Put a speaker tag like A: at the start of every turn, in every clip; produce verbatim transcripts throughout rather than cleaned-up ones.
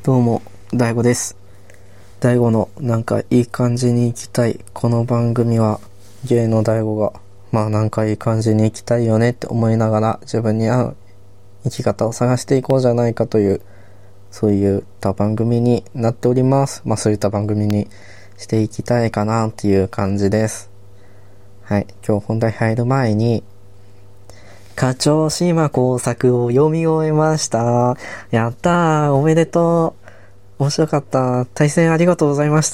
A: どうも、大悟です。大悟のなんかいい感じに生きたい。この番組は、ゲイの大悟が、まあなんかいい感じに生きたいよねって思いながら、自分に合う生き方を探していこうじゃないかという、そういった番組になっております。まあそういった番組にしていきたいかなっていう感じです。はい、今日本題入る前に、課長島工作を読み終えました。やったー、おめでとう。面白かった。対戦ありがとうございました。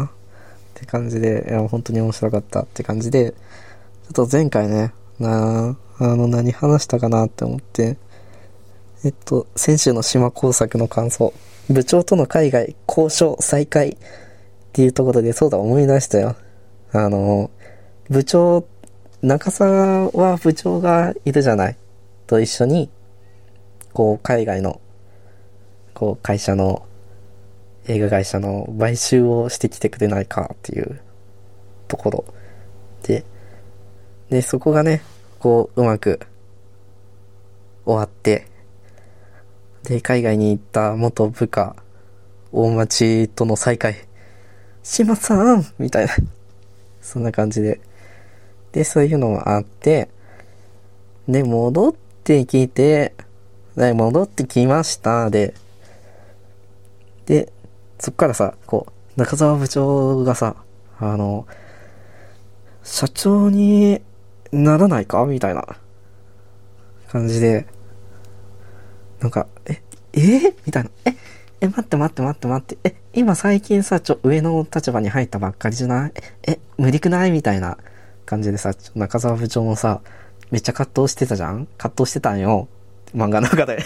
A: って感じで、いや本当に面白かったって感じで、ちょっと前回ね、なあの何話したかなって思って、えっと、先週の島工作の感想、部長との海外交渉再開っていうところで、そうだ思い出したよ。あの、部長、中澤は部長がいるじゃないと一緒にこう海外のこう会社の映画会社の買収をしてきてくれないかっていうところででそこがねこううまく終わって、で海外に行った元部下大町との再会、島さんみたいなそんな感じでで、そういうのもあって、で、戻ってきて、で、戻ってきました。で、で、そっからさ、こう、中澤部長がさ、あの、社長にならないかみたいな感じで、なんか、え、えみたいな。え、え、待って待って待って待って。え、今最近さ、ちょ、上の立場に入ったばっかりじゃないえ、え無理くないみたいな感じでさ、中澤部長もさ、めっちゃ葛藤してたじゃん葛藤してたんよ。漫画の中で。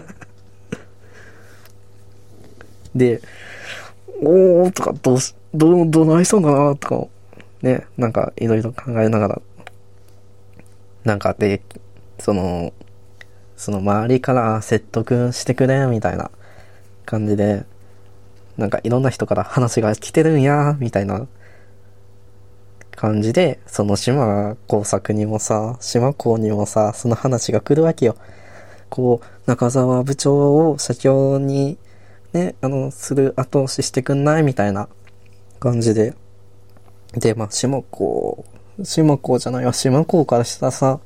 A: で、おーとか、どうし、どう、どうなりそうかなとか、ね、なんかいろいろ考えながら、なんかで、その、その周りから説得してくれ、みたいな感じで、なんかいろんな人から話が来てるんや、みたいな感じで、その島工作にもさ、島工にもさ、その話が来るわけよ。こう、中澤部長を社長に、ね、あの、する後押ししてくんないみたいな感じで。で、まあ、島工、島工じゃないわ、島工からしたらさ、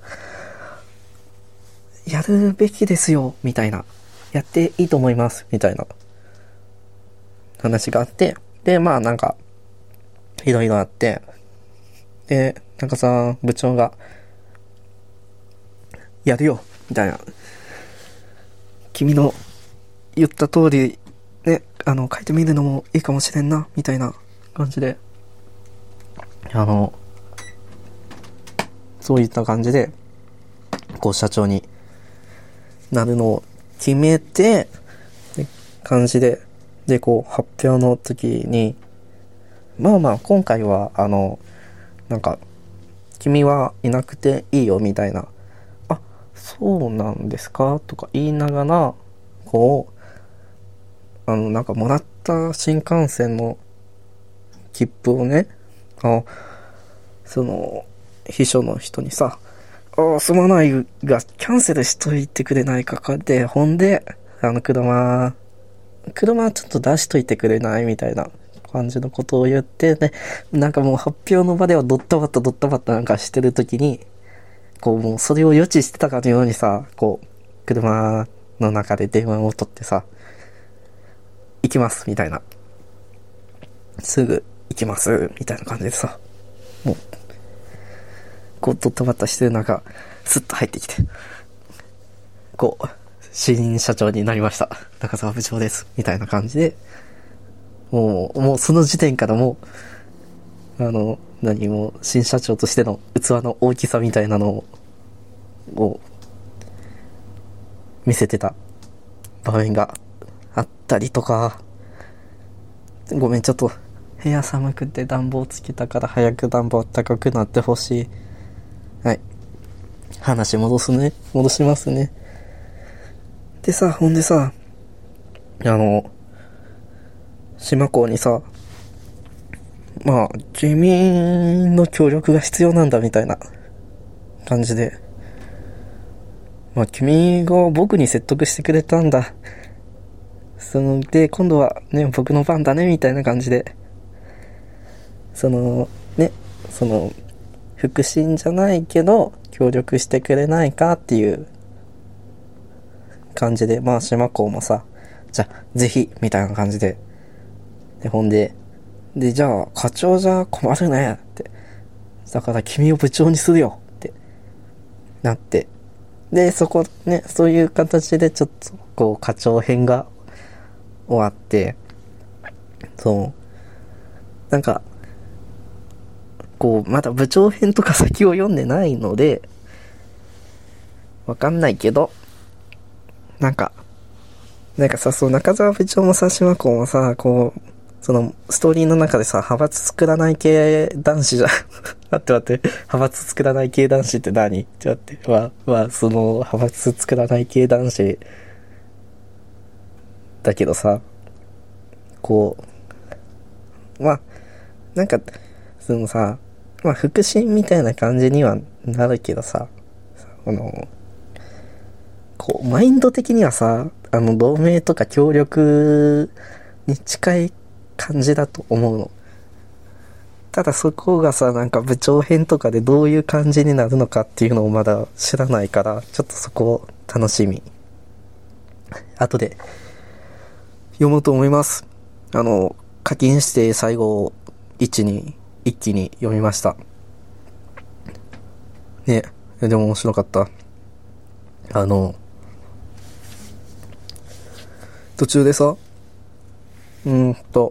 A: やるべきですよ、みたいな。やっていいと思います、みたいな話があって、で、まあなんか、いろいろあって、で、中澤部長が、やるよ、みたいな。君の言った通り、ね、あの、書いてみるのもいいかもしれんな、みたいな感じで、あの、そういった感じで、こう、社長になるのを決めて、で感じで、で、こう、発表の時に、まあまあ、今回は、あの、なんか、君はいなくていいよ、みたいな、あ、そうなんですかとか言いながら、こう、あの、なんかもらった新幹線の切符をね、あその、秘書の人にさ、あすまないが、キャンセルしといてくれないかかで、ほんで、あの、車、車ちょっと出しといてくれないみたいな感じのことを言ってね、なんかもう発表の場ではドッタバッタドッタバッタなんかしてるときに、こうもうそれを予知してたかのようにさ、こう、車の中で電話を取ってさ、行きます、みたいな。すぐ行きます、みたいな感じでさ、もう、こうドッタバッタしてる中、スッと入ってきて、こう、新社長になりました。中澤部長です。みたいな感じで、もう、もうその時点からもう、あの、何も、新社長としての器の大きさみたいなのを、見せてた場面があったりとか、ごめん、ちょっと、部屋寒くて暖房つけたから早く暖房暖かくなってほしい。はい。話戻すね。戻しますね。でさ、ほんでさ、あの、島港にさ、まあ、君の協力が必要なんだみたいな感じで、まあ、君が僕に説得してくれたんだ。 その、で、今度はね、僕の番だね、みたいな感じで、その、ね、その、腹心じゃないけど、協力してくれないかっていう感じで、まあ、島子もさ、じゃあ、ぜひ、みたいな感じで、で、ほんで、で、じゃあ、課長じゃ困るね、って。だから君を部長にするよ、って、なって。で、そこ、ね、そういう形でちょっと、こう、課長編が終わって、そう、なんか、こう、まだ部長編とか先を読んでないので、わかんないけど、なんか、なんかさ、そう、中澤部長もさ、島子もさ、こう、その、ストーリーの中でさ、派閥作らない系男子じゃん。待って待って、派閥作らない系男子って何って待って、まあ、まあ、その、派閥作らない系男子、だけどさ、こう、まあ、なんか、そのさ、まあ、腹心みたいな感じにはなるけどさ、あの、こう、マインド的にはさ、あの、同盟とか協力に近い感じだと思うの。ただそこがさ、なんか部長編とかでどういう感じになるのかっていうのをまだ知らないから、ちょっとそこ楽しみ。後で読もうと思います。あの、課金して最後、一に、一気に読みました。ね、でも面白かった。あの、途中でさ、うーんと、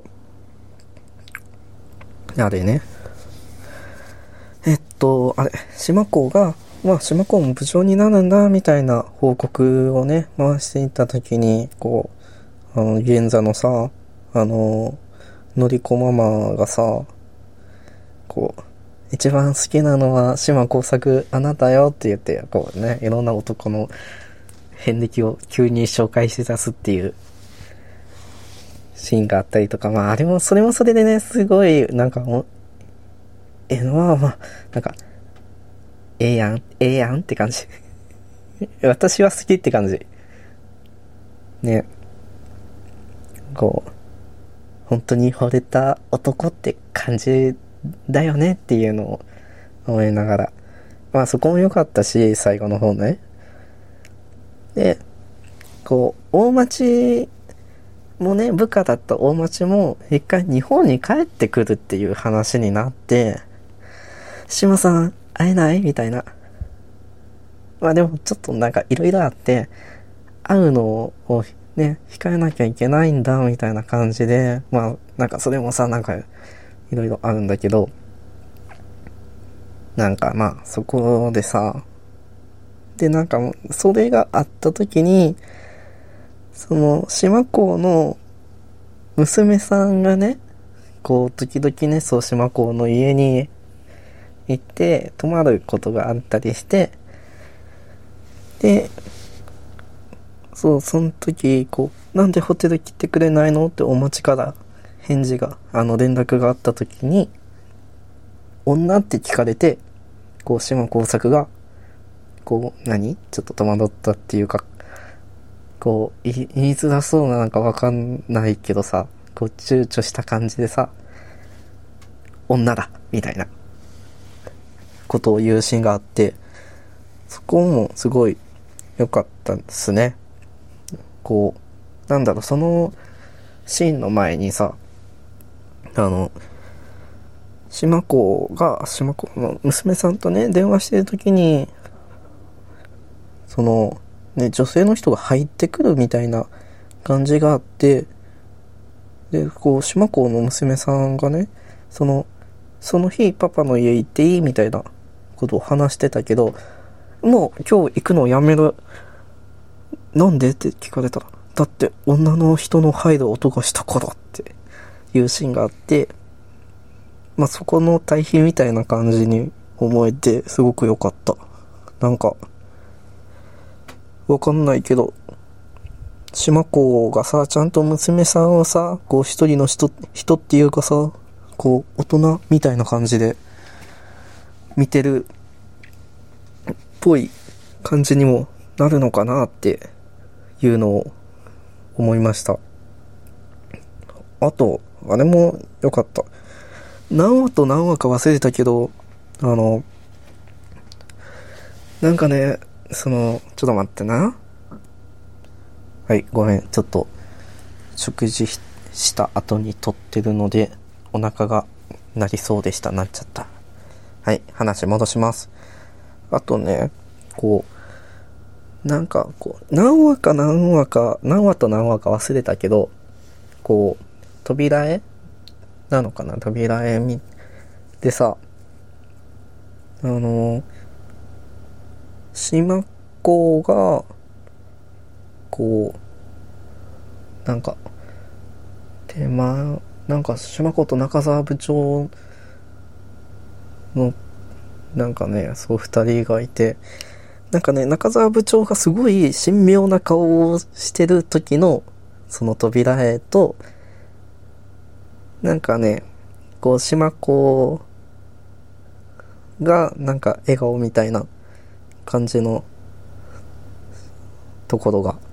A: あれね。えっと、あれ、島子が、まあ、島子も部長になるんだ、みたいな報告をね、回していったときに、こう、あの、現座のさ、あの、のりこママがさ、こう、一番好きなのは島耕作あなたよって言って、こうね、いろんな男の遍歴を急に紹介し出すっていうシーンがあったりとか、まああれも、それもそれでね、すごい、なんかもう、え、まあまあ、なんか、ええやん、ええやんって感じ。私は好きって感じ。ね。こう、本当に惚れた男って感じだよねっていうのを思いながら。まあそこも良かったし、最後の方ね。で、こう、大町もね、部下だった大町も一回日本に帰ってくるっていう話になって、島さん会えないみたいな。まあでもちょっとなんかいろいろあって、会うのをね、控えなきゃいけないんだみたいな感じで、まあなんかそれもさ、なんかいろいろあるんだけど、なんかまあそこでさ、でなんかそれがあった時に、その島公の娘さんがね、こう時々ね、そう島公の家に行って泊まることがあったりして、で、そう、その時、こう、なんでホテル来てくれないのってお待ちから返事が、あの連絡があった時に、女って聞かれて、こう、島耕作が、こう、何ちょっと戸惑ったっていうか、こう、言いづらそうななんかわかんないけどさ、こう、躊躇した感じでさ、女だみたいな、ことを言うシーンがあって、そこもすごい良かったですね。こう、なんだろう、そのシーンの前にさ、あの、島子が、島子の娘さんとね、電話してるときに、その、ね、女性の人が入ってくるみたいな感じがあって、で、こう、島子の娘さんがね、その、その日パパの家行っていいみたいなことを話してたけど、もう今日行くのをやめる。なんでって聞かれたら、だって女の人の入る音がしたからっていうシーンがあって、まあ、そこの対比みたいな感じに思えてすごく良かった。なんか、わかんないけど、島子がさ、ちゃんと娘さんをさ、こう一人の人、人っていうかさ、こう大人みたいな感じで見てるっぽい感じにもなるのかなっていうのを思いました。 あと、あれも良かった。何話と何話か忘れたけど、あの、なんかね、その、ちょっと待ってな。はい、ごめん、ちょっと、食事した後に撮ってるので、お腹が鳴りそうでした。なっちゃった。はい、話戻します。あとね、こう、なんか、こう、何話か何話か、何話と何話か忘れたけど、こう、扉絵なのかな、扉絵み、でさ、あの、島子が、こう、なんか、手間、なんか島子と中澤部長の、なんかね、そう二人がいて、なんかね、中澤部長がすごい神妙な顔をしてる時の、その扉絵と、なんかね、こう、島子が、なんか笑顔みたいな感じのところが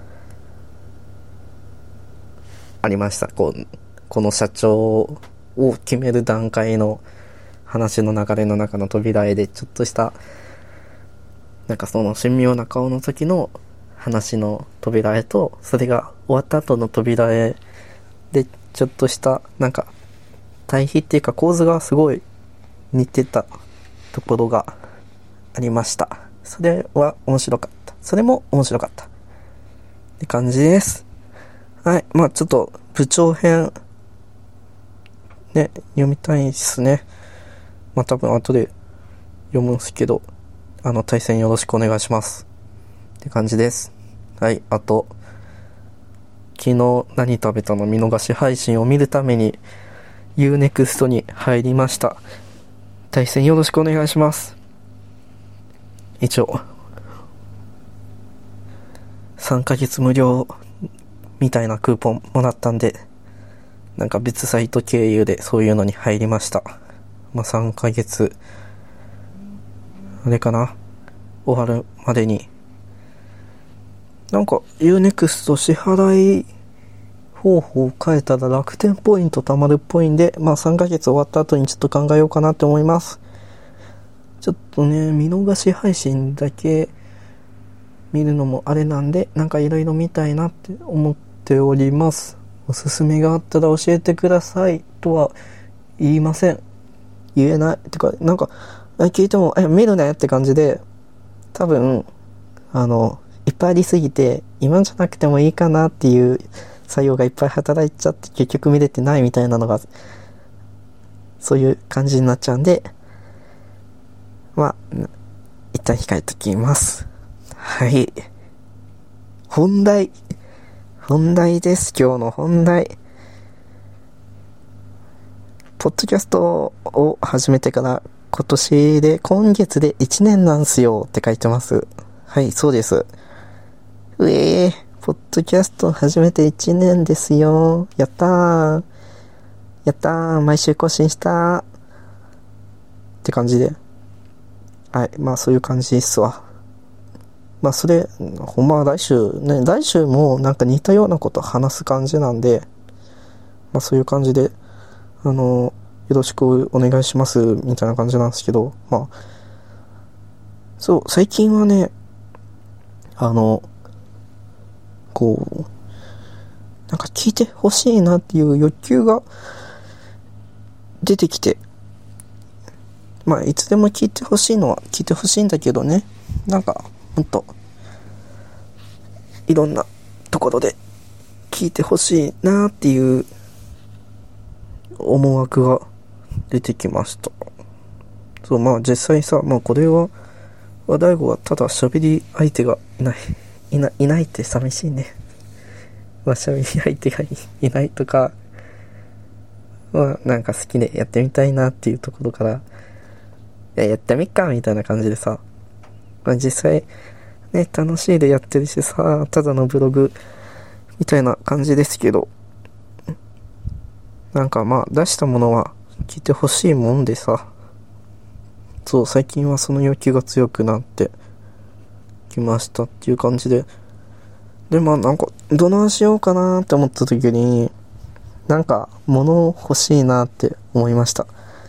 A: ありました。こう、この社長を決める段階の話の流れの中の扉絵で、ちょっとした、なんかその神妙な顔の時の話の扉絵と、それが終わった後の扉絵で、ちょっとした、なんか、対比っていうか構図がすごい似てたところがありました。それは面白かった。それも面白かった。って感じです。はい。まあちょっと部長編ね、読みたいですね。まあ多分後で読むんすけど、あの対戦よろしくお願いします。って感じです。はい。あと、昨日何食べたの見逃し配信を見るために ユーネクスト に入りました。対戦よろしくお願いします。一応さんかげつ無料みたいなクーポンもらったんで、なんか別サイト経由でそういうのに入りました。まあさんかげつあれかな、終わるまでに、なんか ユーネクスト 支払い方法を変えたら楽天ポイント貯まるっぽいんで、まあさんかげつ終わった後にちょっと考えようかなって思います。ちょっとね、見逃し配信だけ見るのもあれなんで、なんかいろいろ見たいなって思っております。おすすめがあったら教えてくださいとは言いません。言えない。てか、なんか、聞いても、え、見るねって感じで、多分、あの、いっぱいありすぎて、今じゃなくてもいいかなっていう作用がいっぱい働いちゃって、結局見れてないみたいなのが、そういう感じになっちゃうんで、まあ、一旦控えときます。はい。本題。本題です。今日の本題。ポッドキャストを始めてから今年で、今月でいちねんなんすよって書いてます。はい、そうです。うえー、ポッドキャスト始めていちねんですよ。やったー。やったー。毎週更新したー。って感じで。はい、まあそういう感じですわ。まあそれ、ほんま来週ね、来週もなんか似たようなこと話す感じなんで、まあそういう感じで、あの、よろしくお願いします、みたいな感じなんですけど、まあ、そう、最近はね、あの、こう、なんか聞いてほしいなっていう欲求が出てきて、まあいつでも聞いてほしいのは聞いてほしいんだけどね、なんか、ほんと、いろんなところで聞いてほしいなっていう思惑が出てきました。そう、まあ実際さ、まあこれは、和大悟はただ喋り相手がいない、いない、いないって寂しいね。まあ喋り相手が い, いないとか、まあなんか好きでやってみたいなっていうところから、いや、やってみっかみたいな感じでさ、まあ実際、ね、楽しいでやってるしさ、ただのブログみたいな感じですけど、なんかまあ出したものは聞いてほしいもんでさ、そう、最近はその欲求が強くなってきましたっていう感じで、でまあなんかどないしようかなって思った時に、 なんか物欲しいなって思いました。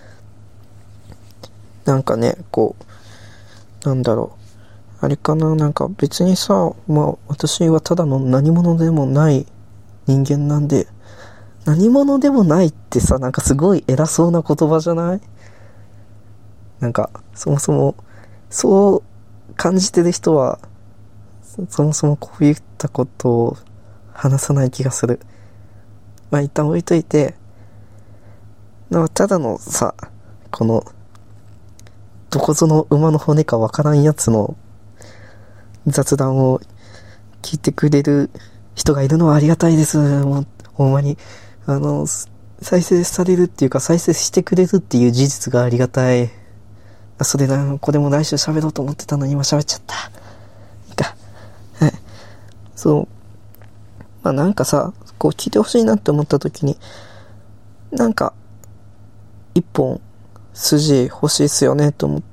A: なんかね、こう、なんだろう。あれかな、なんか別にさ、まあ私はただの何者でもない人間なんで、何者でもないってさ、なんかすごい偉そうな言葉じゃない？なんか、そもそも、そう感じてる人は、そもそもこういったことを話さない気がする。まあ一旦置いといて、なんかただのさ、この、どこぞの馬の骨かわからんやつの雑談を聞いてくれる人がいるのはありがたいです。もう、ほんまに。あの、再生されるっていうか、再生してくれるっていう事実がありがたい。あ、それだ、これも来週喋ろうと思ってたのに今喋っちゃった。いいか。はい。そう。まあなんかさ、こう聞いてほしいなって思った時に、なんか、一本、筋欲しいっすよねと思って、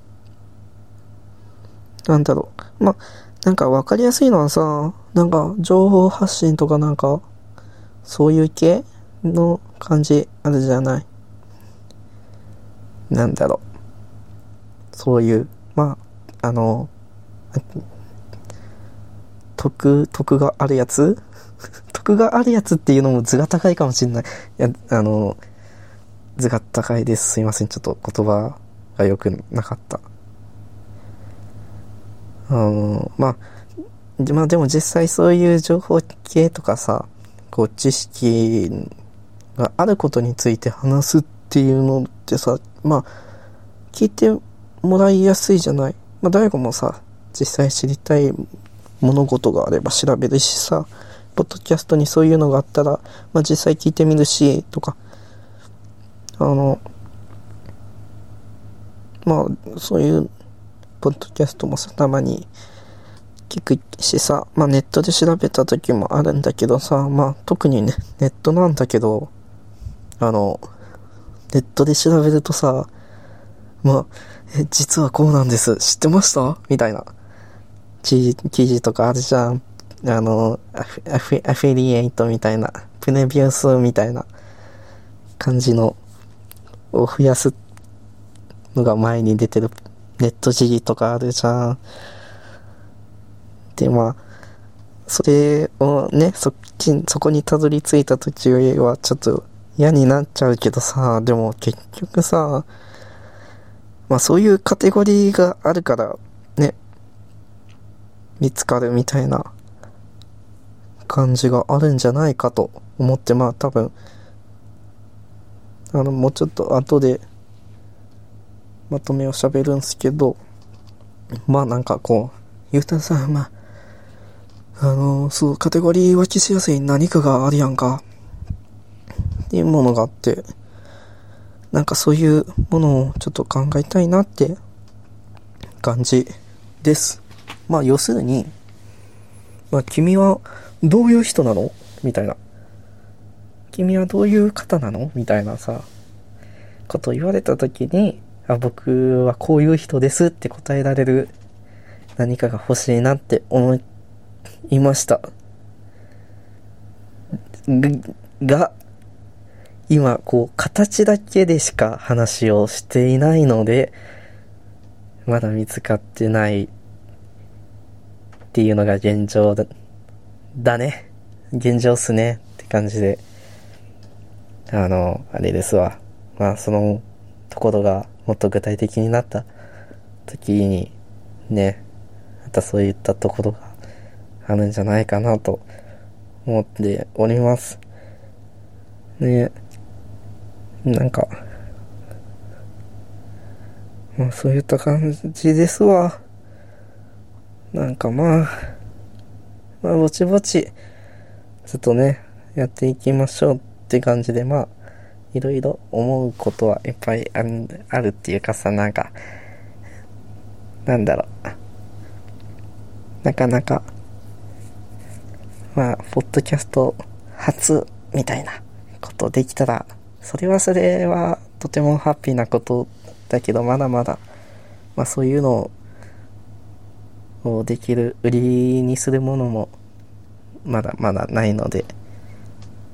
A: なんだろう。まあ、なんかわかりやすいのはさ、なんか情報発信とかなんか、そういう系の感じあるじゃない。なんだろう。そういう、まあ、あの、得、得があるやつ得があるやつっていうのも図が高いかもしれない。いや、あの、図が高いです。すいません。ちょっと言葉が良くなかった。あの、まあ、まあでも実際そういう情報系とかさ、こう知識があることについて話すっていうのってさ、まあ、聞いてもらいやすいじゃない。まあ、大悟もさ、実際知りたい物事があれば調べるしさ、ポッドキャストにそういうのがあったら、まあ実際聞いてみるし、とか、あの、まあ、そういう、ポッドキャストもさ、たまに聞くしさ、まあネットで調べた時もあるんだけどさ、まあ特にね、ネットなんだけど、あの、ネットで調べるとさ、まあ、え、実はこうなんです。知ってましたみたいな。記事とかあるじゃん。あの、アフ、アフィ、アフィリエイトみたいな、プレビュースみたいな感じのを増やすのが前に出てるネット記事とかあるじゃん。で、まあ、それをね、そっち、そこにたどり着いた時はちょっと嫌になっちゃうけどさ、でも結局さ、まあそういうカテゴリーがあるからね、見つかるみたいな感じがあるんじゃないかと思って、まあ多分、あの、もうちょっと後でまとめを喋るんすけど、まあなんかこう、言うたらさ、まあ、あの、そう、カテゴリー分けしやすい何かがあるやんか。っていうものがあって、なんかそういうものをちょっと考えたいなって感じです。まあ要するに、まあ君はどういう人なのみたいな。君はどういう方なのみたいなさ、ことを言われたときに、あ、僕はこういう人ですって答えられる何かが欲しいなって思いました。が、今、こう、形だけでしか話をしていないので、まだ見つかってないっていうのが現状だ、だね。現状っすねって感じで、あの、あれですわ。まあ、そのところがもっと具体的になった時に、ね、またそういったところがあるんじゃないかなと思っております。ね、なんか、まあそういった感じですわ。なんかまあ、まあぼちぼち、ちょっとね、やっていきましょうって感じで、まあ、いろいろ思うことはいっぱいある、あるっていうかさ、なんか、なんだろう。なかなか、まあ、ポッドキャスト初みたいなことできたら、それはそれはとてもハッピーなことだけど、まだまだ、まあそういうのをできる、売りにするものも、まだまだないので、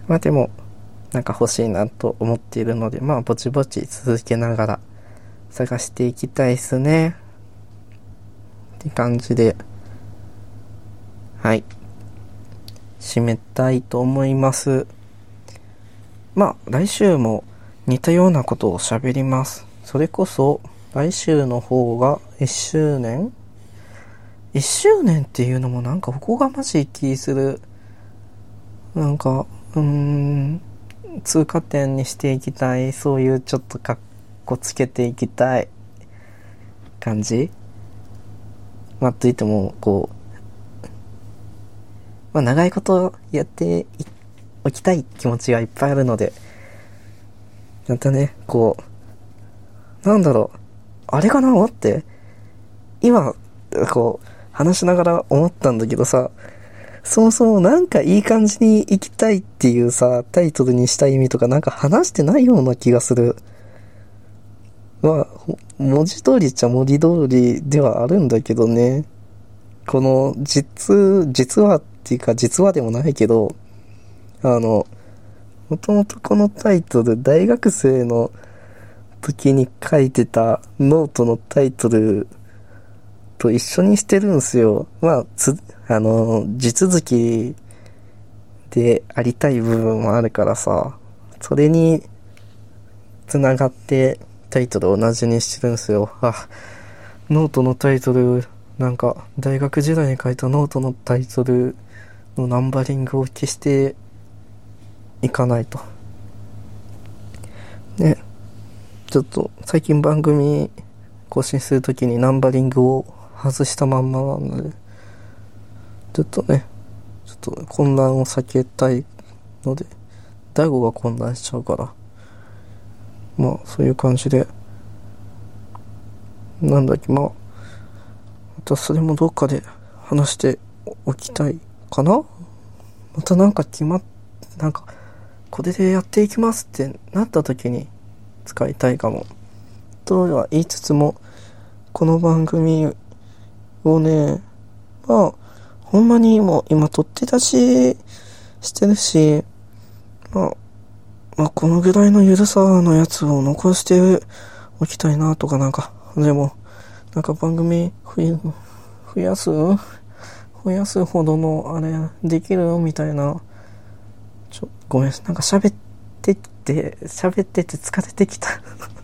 A: まあでも、なんか欲しいなと思っているので、まあぼちぼち続けながら探していきたいですね。って感じで、はい。締めたいと思います。まあ来週も似たようなことを喋ります。それこそ来週の方がいっしゅうねん ?いっ 周年っていうのもなんかおこがましい気する。なんか、うーん、通過点にしていきたい。そういうちょっとかっこつけていきたい感じ。まあ、といっても、こう、まあ、長いことやっておきたい気持ちがいっぱいあるので、またね、こう、なんだろう、あれかなって、今、こう、話しながら思ったんだけどさ、そうそう、なんかいい感じに行きたいっていうさ、タイトルにした意味とかなんか話してないような気がする。まあ、文字通りっちゃ文字通りではあるんだけどね。この、実、実はっていうか実はでもないけど、あの、もともとこのタイトル、大学生の時に書いてたノートのタイトルと一緒にしてるんすよ。まあ、つ、あの、地続きでありたい部分もあるからさ、それに繋がってタイトルを同じにしてるんすよ。あ、ノートのタイトル、なんか大学時代に書いたノートのタイトルのナンバリングを消していかないと。ね、ちょっと最近番組更新するときにナンバリングを外したまんまなので、ちょっとね、ちょっと混乱を避けたいので、大悟が混乱しちゃうから、まあそういう感じで、なんだっけ、まあ、またそれもどっかで話しておきたいかな。またなんか決まっ、なんか、これでやっていきますってなった時に使いたいかも。とは言いつつも、この番組をね、まあ、ほんまにもう今取って出ししてるし、まあ、まあこのぐらいのゆるさのやつを残しておきたいなとかなんか、でも、なんか番組増やす増やすほどのあれできるみたいな、ちょ、ごめん、なんか喋ってて、喋ってて疲れてきた。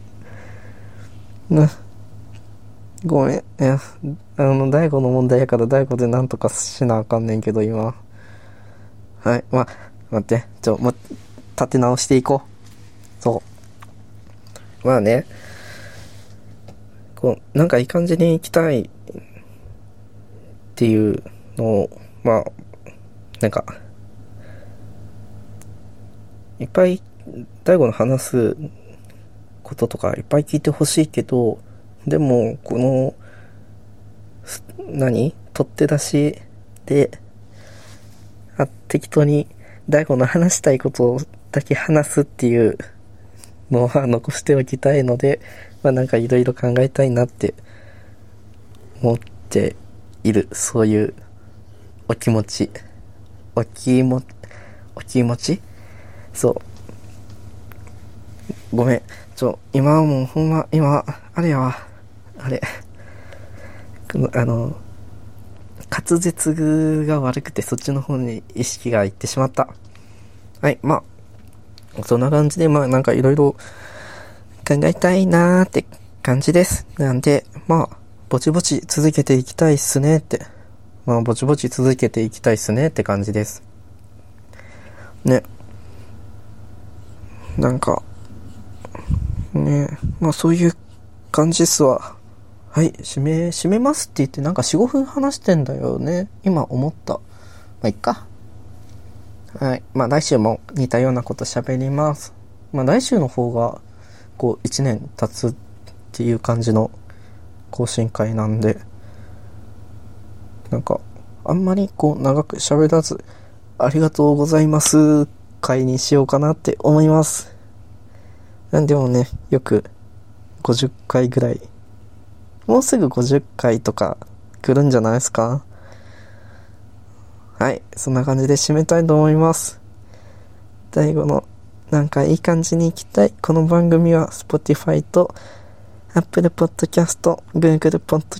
A: な、ごめん、いや、あの、大悟の問題やから大悟でなんとかしなあかんねんけど、今。はい、まあ、待って、ちょ、も、立て直していこう。そう。まあね、こう、なんかいい感じに行きたいっていうのを、まあ、なんか、いっぱい、大悟の話すこととかいっぱい聞いてほしいけど、でも、この、何取って出しで、あ、適当に大悟の話したいことだけ話すっていうのは残しておきたいので、まあなんかいろいろ考えたいなって思っている、そういうお気持ち。お気も、お気持ちそう。ごめん。ちょ、今はもうほんま、今、あれやわ。あれ。あの、滑舌が悪くてそっちの方に意識がいってしまった。はい、まあ、そんな感じで、まあなんかいろいろ考えたいなーって感じです。なんで、まあ、ぼちぼち続けていきたいっすねって。まあ、ぼちぼち続けていきたいっすねって感じです。ね。なんか、ね、まあそういう感じっすわ。はい、締め、締めますって言ってなんかよん、ごふん話してんだよね。今思った。まあ、いっか。はい。まあ来週も似たようなこと喋ります。まあ来週の方が、こういちねん経つっていう感じの更新会なんで、なんか、あんまりこう長く喋らず、ありがとうございます会にしようかなって思います。なんでもね、よくごじゅっかいぐらい、もうすぐごじゅっかいとか来るんじゃないですか。はい、そんな感じで締めたいと思います。 大悟のなんかいい感じに行きたい。この番組は Spotify と Apple Podcast、Google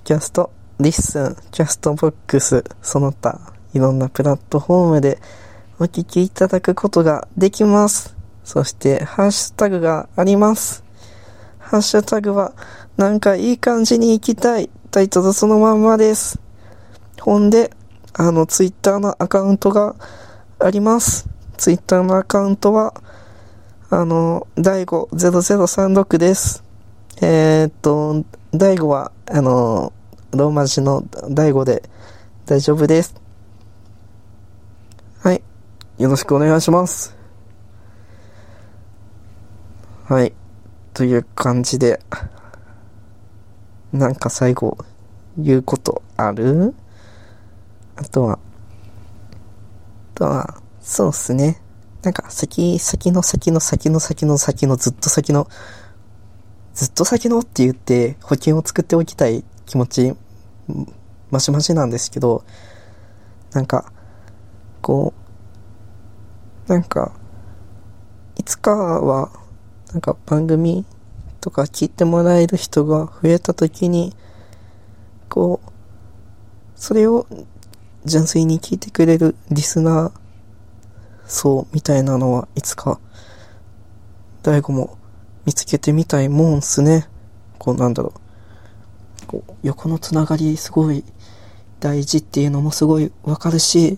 A: Podcast、Listen、Castbox、その他いろんなプラットフォームでお聞きいただくことができます。そしてハッシュタグがあります。ハッシュタグはなんかいい感じに行きたい。タイトルそのまんまです。ほんで、あの、ツイッターのアカウントがあります。ツイッターのアカウントは、あの、ダイゴゼロゼロさんろくです。えー、っと、ダイゴは、あの、ローマ字のダイゴで大丈夫です。はい。よろしくお願いします。はい。という感じで、なんか最後、言うことある？あとは、あとは、そうっすね。なんか先、先の先の先の先の先のずっと先の、ずっと先のって言って保険を作っておきたい気持ち、マシマシなんですけど、なんか、こう、なんか、いつかは、なんか番組とか聞いてもらえる人が増えたときに、こう、それを純粋に聞いてくれるリスナー層みたいなのはいつか、大悟も見つけてみたいもんっすね。こうなんだろう。こう横のつながりすごい大事っていうのもすごいわかるし、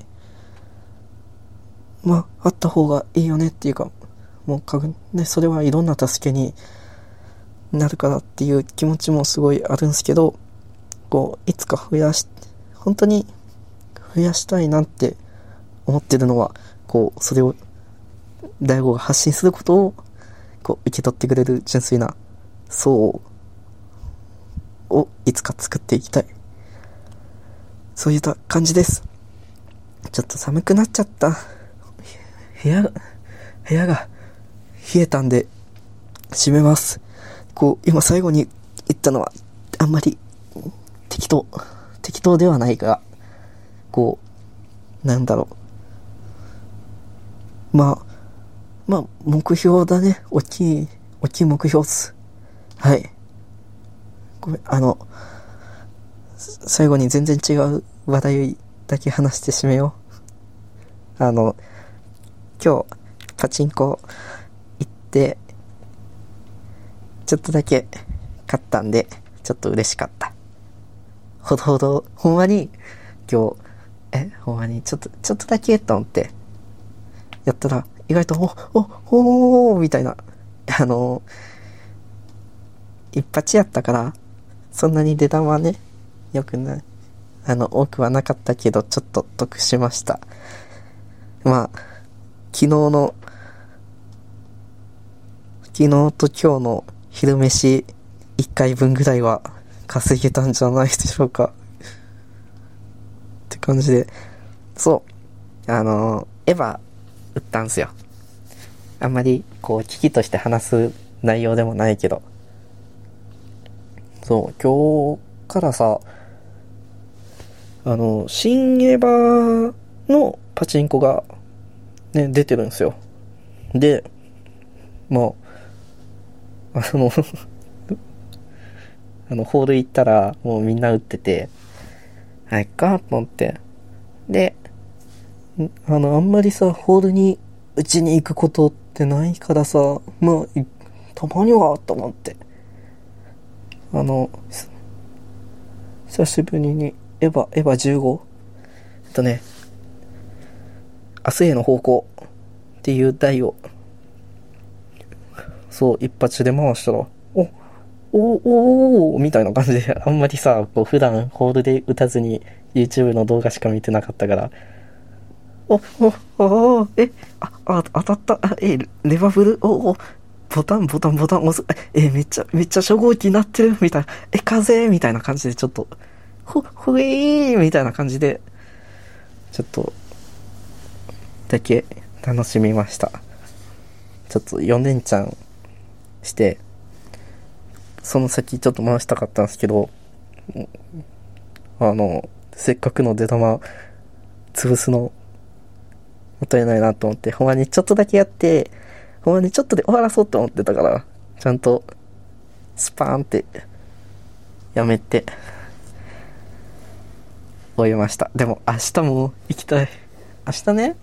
A: まあ、あった方がいいよねっていうか、もうかぐ、ね、それはいろんな助けになるからっていう気持ちもすごいあるんですけど、こう、いつか増やし、本当に増やしたいなって思ってるのは、こう、それを、大悟が発信することを、こう、受け取ってくれる純粋な層をいつか作っていきたい。そういった感じです。ちょっと寒くなっちゃった。部屋、部屋が冷えたんで、閉めます。こう、今最後に言ったのは、あんまり適当、適当ではないが、こう、なんだろう。まあ、まあ、目標だね。大きい、大きい目標っす。はい。ごめん、あの、最後に全然違う話題だけ話してしめよう。あの、今日、パチンコ行って、ちょっとだけ買ったんで、ちょっと嬉しかった。ほどほど、ほんまに、今日、え、ほんまに、ちょっと、ちょっとだけと思って、やったら、意外と、お、お、おーみたいな、あの、一発やったから、そんなに値段はね、良くない。あの、多くはなかったけど、ちょっと得しました。まあ、昨日の、昨日と今日の昼飯いっかいぶんぐらいは稼げたんじゃないでしょうか。って感じで、そう、あの、エヴァ売ったんすよ。あんまり、こう、危機として話す内容でもないけど。そう、今日からさ、あの、新エヴァのパチンコが、ね、出てるんですよ。で、まあ、あの、あの、ホール行ったら、もうみんな打ってて、はいっか、と思って。で、あの、あんまりさ、ホールに打ちに行くことってないからさ、まあ、たまには、と思って。あの、久しぶりに、エヴァ、エヴァじゅうご? えっとね、明日への方向っていう台を、そう、一発で回したら、お、おおおみたいな感じで、あんまりさ、こう普段ホールで打たずに YouTube の動画しか見てなかったから、お、お、お、え、あ、あ、当たった、あ、え、レバブル、お、お、ボタン、ボタン、ボタン押す、え、めっちゃ、めっちゃ初号機になってるみたいな、え、風みたいな感じでちょっと、ほ、ほえーみたいな感じで、ちょっと、だけ楽しみました。ちょっとよねんちゃんして、その先ちょっと回したかったんですけど、あの、せっかくの出玉潰すのもったいないなと思って、ほんまにちょっとだけやって、ほんまにちょっとで終わらそうと思ってたから、ちゃんと、スパーンって、やめて、終えました。でも明日も行きたい。明日ね、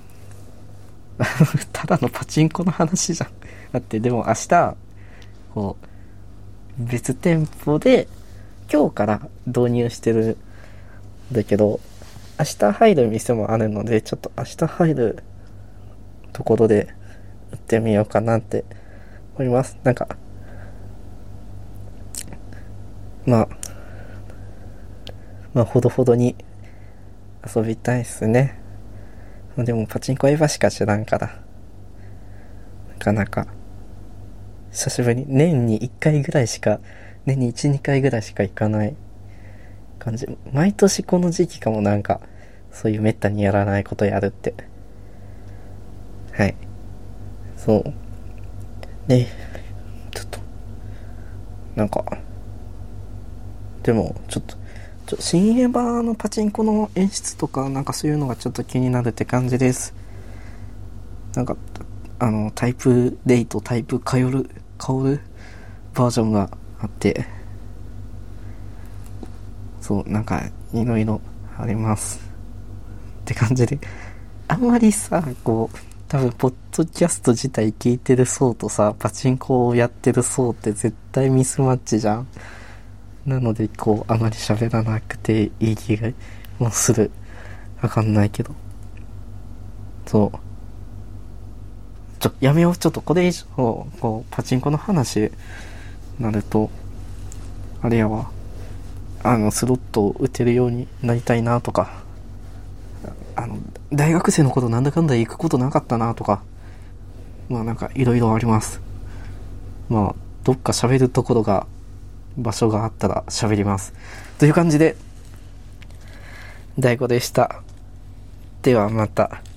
A: ただのパチンコの話じゃん。だってでも明日、こう、別店舗で、今日から導入してるんだけど、明日入る店もあるので、ちょっと明日入るところで行ってみようかなって思います。なんか、まあ、まあ、ほどほどに遊びたいっすね。でもパチンコエヴァしか知らんから、なかなか、久しぶりに、年にいっかいぐらいしか、年にいち、にかいぐらいしか行かない感じ。毎年この時期かも、なんか、そういうめったにやらないことやるって。はい。そう。で、ちょっと、なんか、でも、ちょっと、ちょ新エヴァのパチンコの演出とか、なんかそういうのがちょっと気になるって感じです。なんか、あの、タイプレイとタイプカヨル、カオルバージョンがあって、そう、なんか、いろいろあります。って感じで、あんまりさ、こう、多分、ポッドキャスト自体聞いてる層とさ、パチンコをやってる層って絶対ミスマッチじゃん。なので、こう、あまり喋らなくていい気がもする。わかんないけど。そう。ちょ、やめよう。ちょっとこれ以上、こう、パチンコの話なると、あれやわ。あの、スロットを打てるようになりたいなとか、あの、大学生の頃なんだかんだ行くことなかったなとか、まあなんかいろいろあります。まあ、どっか喋るところが、場所があったら喋ります。という感じで、大悟でした。ではまた。